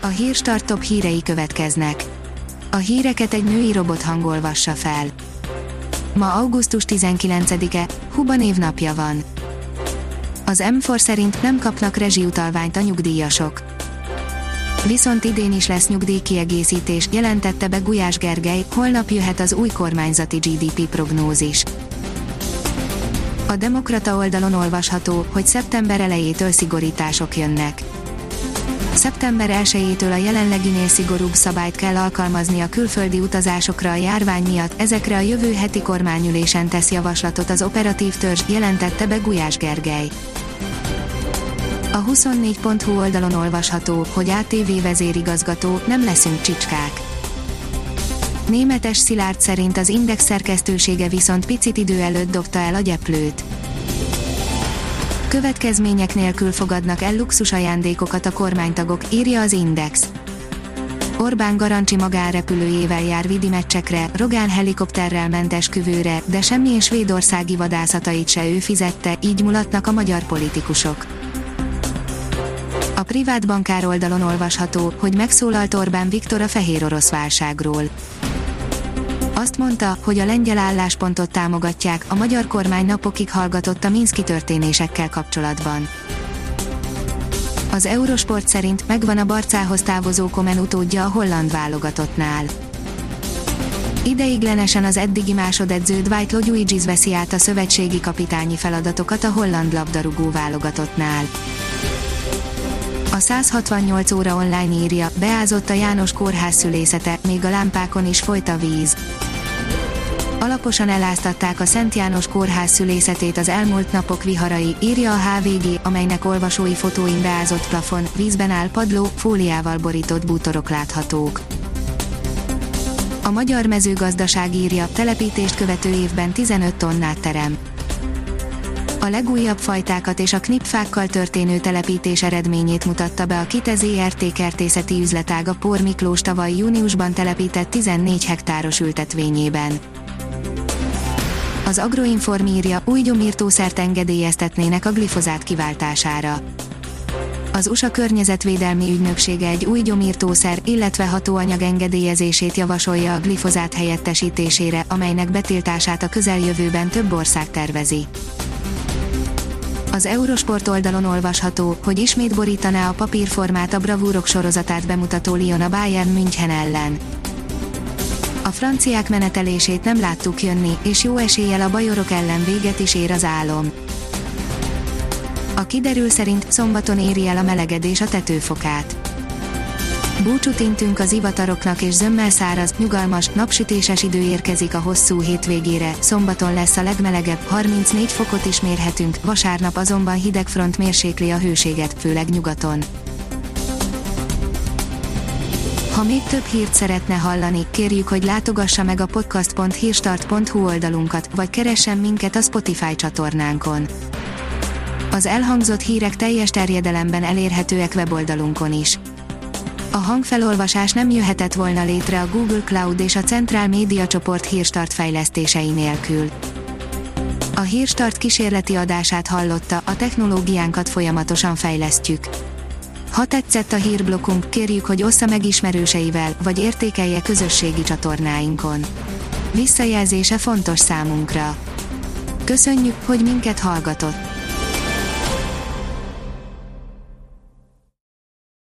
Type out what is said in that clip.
A Hírstart top hírei következnek. A híreket egy női robot olvassa fel. Ma augusztus 19-e, Huba névnapja van. Az M4 szerint nem kapnak rezsiutalványt a nyugdíjasok. Viszont idén is lesz nyugdíjkiegészítés, jelentette be Gulyás Gergely, holnap jöhet az új kormányzati GDP prognózis. A Demokrata oldalon olvasható, hogy szeptember elejétől szigorítások jönnek. Szeptember 1-től a jelenleginél szigorúbb szabályt kell alkalmazni a külföldi utazásokra a járvány miatt, ezekre a jövő heti kormányülésen tesz javaslatot az operatív törzs, jelentette be Gulyás Gergely. A 24.hu oldalon olvasható, hogy ATV vezérigazgató, nem leszünk csicskák. Németes Szilárd szerint az Index szerkesztősége viszont picit idő előtt dobta el a gyeplőt. Következmények nélkül fogadnak el luxus ajándékokat a kormánytagok, írja az Index. Orbán Garancsi magánrepülőjével jár vidi meccsekre, Rogán helikopterrel ment esküvőre, de semmilyen svédországi vadászatait se ő fizette, így mulatnak a magyar politikusok. A privát bankár oldalon olvasható, hogy megszólalt Orbán Viktor a fehérorosz válságról. Azt mondta, hogy a lengyel álláspontot támogatják, a magyar kormány napokig hallgatott a minszki történésekkel kapcsolatban. Az Eurosport szerint megvan a Barcához távozó Koeman utódja a holland válogatottnál. Ideiglenesen az eddigi másodedző Dwight Loguigiz veszi át a szövetségi kapitányi feladatokat a holland labdarúgó válogatottnál. A 168 óra online írja, beázott a János kórház szülészete, még a lámpákon is folyt a víz. Alaposan eláztatták a Szent János kórház szülészetét az elmúlt napok viharai, írja a HVG, amelynek olvasói fotóin beázott plafon, vízben áll padló, fóliával borított bútorok láthatók. A Magyar Mezőgazdaság írja, telepítést követő évben 15 tonnát terem. A legújabb fajtákat és a knipfákkal történő telepítés eredményét mutatta be a Kite ZRT kertészeti üzletág a Pór Miklós tavaly júniusban telepített 14 hektáros ültetvényében. Az Agroinform írja, új gyomírtószert engedélyeztetnének a glifozát kiváltására. Az USA környezetvédelmi ügynöksége egy új gyomírtószer, illetve hatóanyag engedélyezését javasolja a glifozát helyettesítésére, amelynek betiltását a közeljövőben több ország tervezi. Az Eurosport oldalon olvasható, hogy ismét borítaná a papírformát a bravúrok sorozatát bemutató Lyon a Bayern München ellen. A franciák menetelését nem láttuk jönni, és jó eséllyel a bajorok ellen véget is ér az álom. A kiderül szerint szombaton éri el a melegedés a tetőfokát. Búcsút intünk az ivataroknak és zömmel száraz, nyugalmas, napsütéses idő érkezik a hosszú hétvégére, szombaton lesz a legmelegebb, 34 fokot is mérhetünk, vasárnap azonban hideg front mérsékli a hőséget, főleg nyugaton. Ha még több hírt szeretne hallani, kérjük, hogy látogassa meg a podcast.hírstart.hu oldalunkat, vagy keressen minket a Spotify csatornánkon. Az elhangzott hírek teljes terjedelemben elérhetőek weboldalunkon is. A hangfelolvasás nem jöhetett volna létre a Google Cloud és a Centrál Média Csoport Hírstart fejlesztései nélkül. A Hírstart kísérleti adását hallotta, a technológiánkat folyamatosan fejlesztjük. Ha tetszett a hírblokkunk, kérjük, hogy ossza meg ismerőseivel, vagy értékelje közösségi csatornáinkon. Visszajelzése fontos számunkra. Köszönjük, hogy minket hallgatott!